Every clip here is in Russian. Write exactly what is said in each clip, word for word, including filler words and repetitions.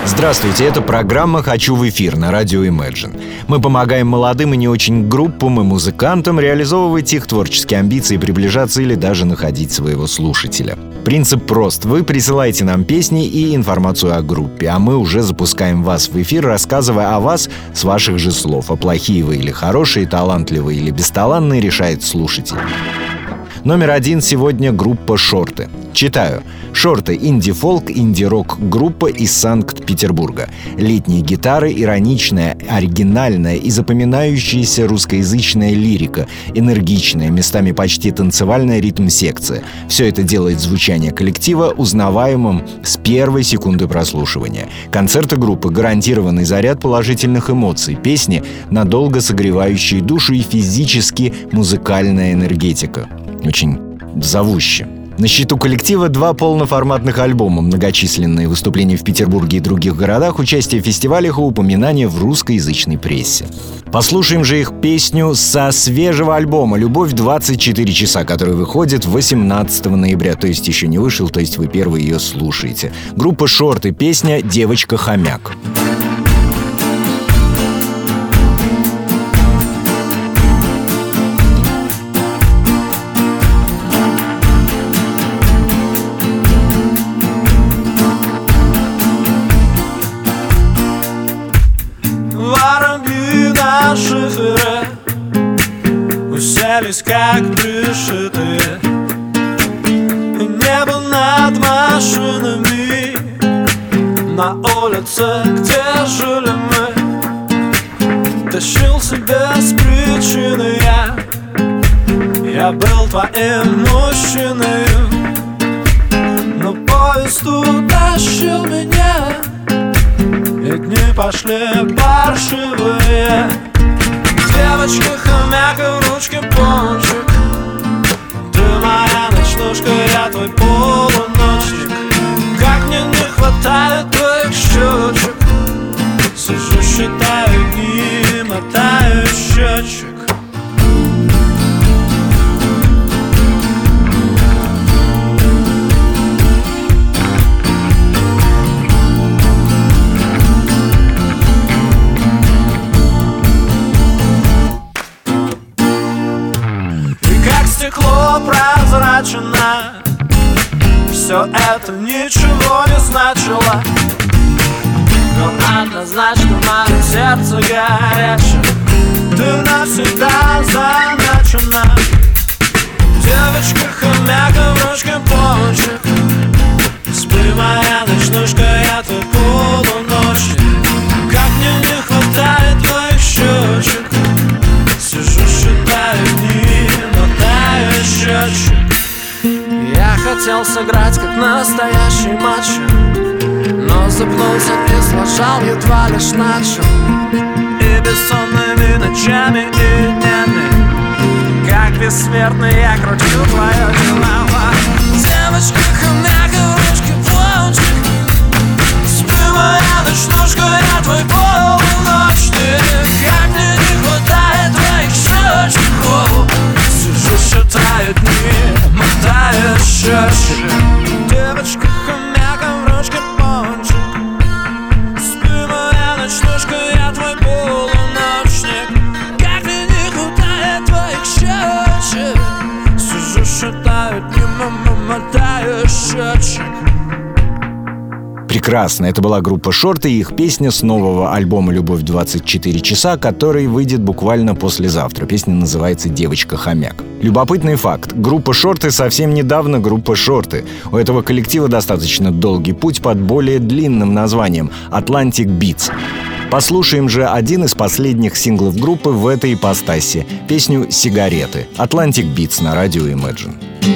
Здравствуйте, это программа «Хочу в эфир» на радио Imagine. Мы помогаем молодым и не очень группам и музыкантам реализовывать их творческие амбиции, приближаться или даже находить своего слушателя. Принцип прост. Вы присылаете нам песни и информацию о группе, а мы уже запускаем вас в эфир, рассказывая о вас с ваших же слов. А плохие вы или хорошие, талантливые или бесталанные, решает слушатель. Номер один сегодня группа «Шорты». Читаю. «Шорты» — инди-фолк, инди-рок группа из Санкт-Петербурга. Летние гитары, ироничная, оригинальная и запоминающаяся русскоязычная лирика, энергичная, местами почти танцевальная ритм-секция. Все это делает звучание коллектива узнаваемым с первой секунды прослушивания. Концерты группы — гарантированный заряд положительных эмоций, песни, надолго согревающие душу и физически музыкальная энергетика. Очень зовуще. На счету коллектива два полноформатных альбома, многочисленные выступления в Петербурге и других городах, участие в фестивалях и упоминания в русскоязычной прессе. Послушаем же их песню со свежего альбома «Любовь двадцать четыре часа», который выходит восемнадцатого ноября, то есть еще не вышел, то есть вы первые ее слушаете. Группа «Шорты», песня «Девочка-хомяк». Шиферы уселись как пришитые, небо над машинами, на улице, где жили мы. Тащился без причины я, я был твоим мужчиной, но поезд утащил меня, и дни пошли паршивые. Девочка-хомяк и в ручке пончик, ты моя ночнушка, я твой полуночник. Как мне не хватает твоих щечек, сижу, считаю дни, мотаю счетчик. Стекло прозрачно, все это ничего не значило, но однозначно в моем сердце горячем ты навсегда заначена. Девочка-хомяк и в ручке пончик, спи, моя ночнушка, я твой полуночник. Как мне не хватает твоих щечек, сижу, считаю дни, мотаю счетчик. Я хотел сыграть как настоящий мачо, но запнулся и сложал, едва лишь начал. И бессонными ночами и днями, как бессмертный, я кручу твое голова. Девочка-хомяк и в ручке пончик, спи, моя ночнушка, я твой полуночник. Как мне не хватает твоих щечек, сижу, считаю дни, мотаю счетчик. Девочка-хомяк и в ручке пончик, спи, моя ночнушка, я твой полуночник. Как мне не хватает твоих щечек, сижу, считаю дни, мотаю счетчик. Прекрасно. Это была группа «Шорты» и их песня с нового альбома «Любовь двадцать четыре часа», который выйдет буквально послезавтра. Песня называется «Девочка-хомяк». Любопытный факт. Группа «Шорты» совсем недавно группа «Шорты». У этого коллектива достаточно долгий путь под более длинным названием «Atlantic Beats». Послушаем же один из последних синглов группы в этой ипостаси — песню «Сигареты». «Atlantic Beats» на радио Imagine.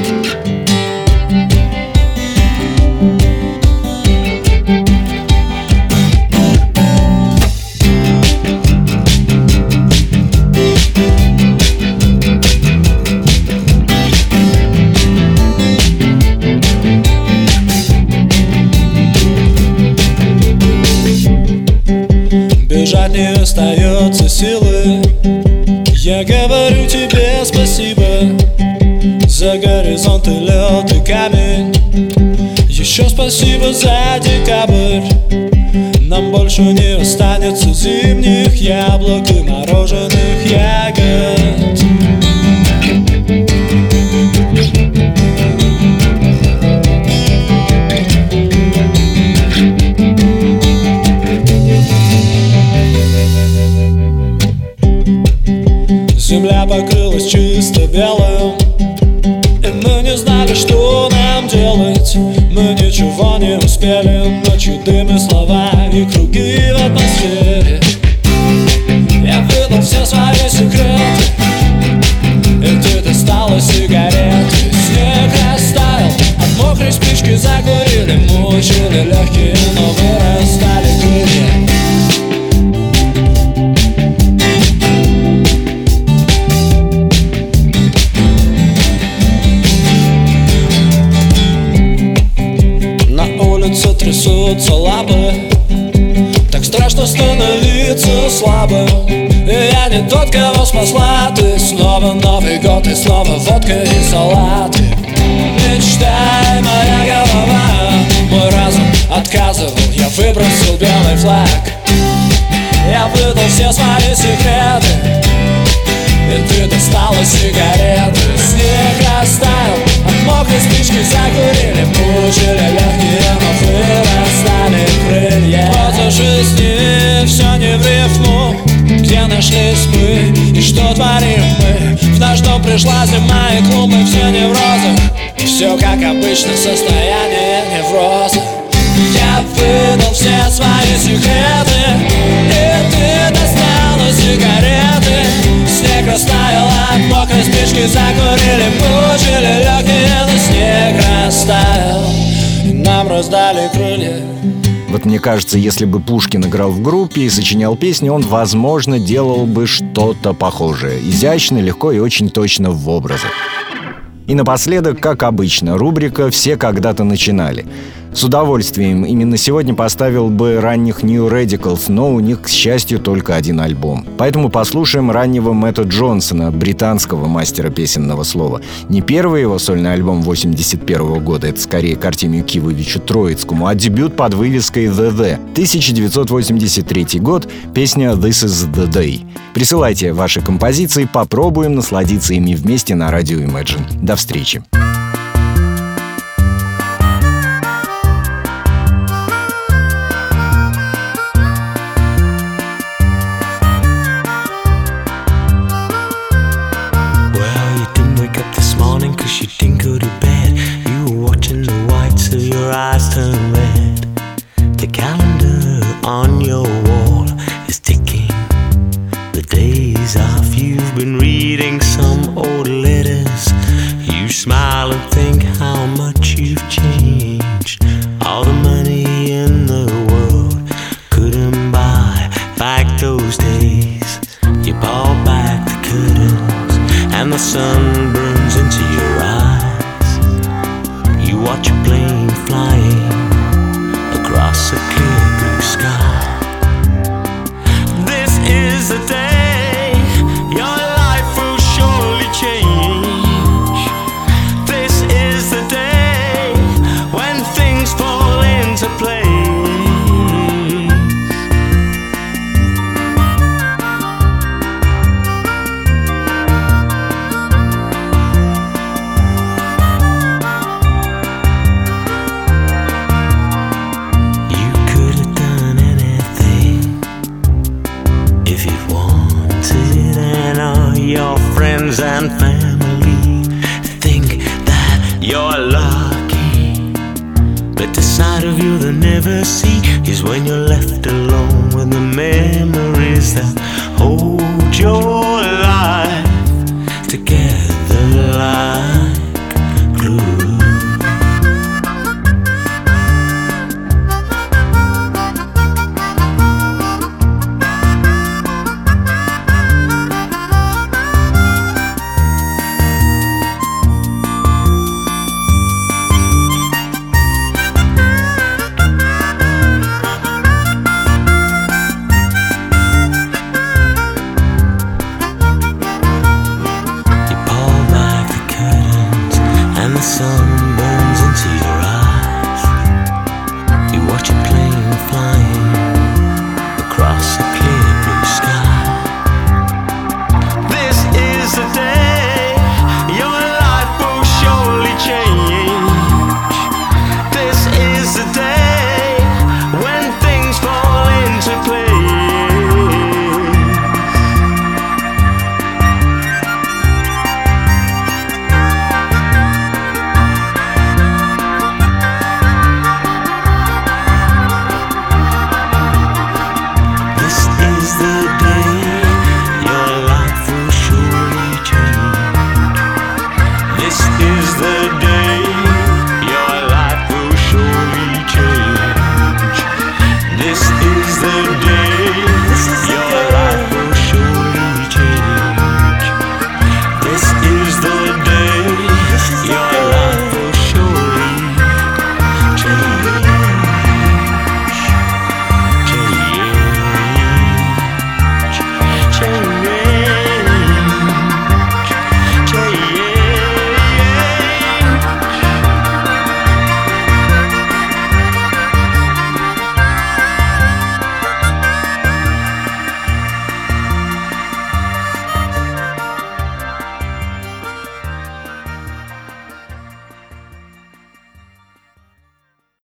Бежать не остается силы, я говорю тебе спасибо за горизонт и лед и камень. Еще спасибо за декабрь, нам больше не останется зимних яблок и мороженых ягод. Земля покрылась чисто белым, и мы не знали, что нам делать. Мы ничего не успели, ночью дым и слова и круги в атмосфере. Я выдал все свои секреты, и ты достала сигареты. Снег растаял, от мокрой спички закурили. Мучили легкие, но вырастали крылья. Трясутся лапы, так страшно становиться слабым. И я не тот, кого спасла ты. Снова Новый год и снова водка и салаты. Мечтай, моя голова, мой разум отказывал. Я выбросил белый флаг, я выдал все свои секреты, и ты достала сигареты. Снег растаял, от мокрой спички закурили. Мучили легкие, но вырастали крылья. Вот жизни все не в рифму. Где нашлись мы и что творим мы? В наш дом пришла зима и клумбы все не в розах. Все как обычно, состояние невроза. Я выдал все свои секреты, и ты достала сигареты. Снег растаял, от мокрой спички закурили. Мучили легкие, но снег растаял, и нам раздали крылья. Вот мне кажется, если бы Пушкин играл в группе и сочинял песни, он, возможно, делал бы что-то похожее. Изящно, легко и очень точно в образах. И напоследок, как обычно, рубрика «Все когда-то начинали». С удовольствием именно сегодня поставил бы ранних New Radicals, но у них, к счастью, только один альбом. Поэтому послушаем раннего Мэтта Джонсона, британского мастера песенного слова. Не первый его сольный альбом восемьдесят первого года, это скорее к Артемию Кивовичу Троицкому, а дебют под вывеской «The The». тысяча девятьсот восемьдесят третий год, песня «This is the Day». Присылайте ваши композиции, попробуем насладиться ими вместе на радио Imagine. До встречи! You didn't go to bed, you were watching the whites of your eyes turn red. The calendar on your wall is ticking the days off. You've been reading some old letters. You smile and think how much you've changed. All the money in the world couldn't buy back those days. You pull back the curtains and the sun burns into your eyes. You watch a plane flying across a clear blue sky. This is the day your life will surely change. This is the day when things fall into place. Your friends and family think that you're lucky, but the side of you they never see is when you're left alone with the memories that hold your life together. Life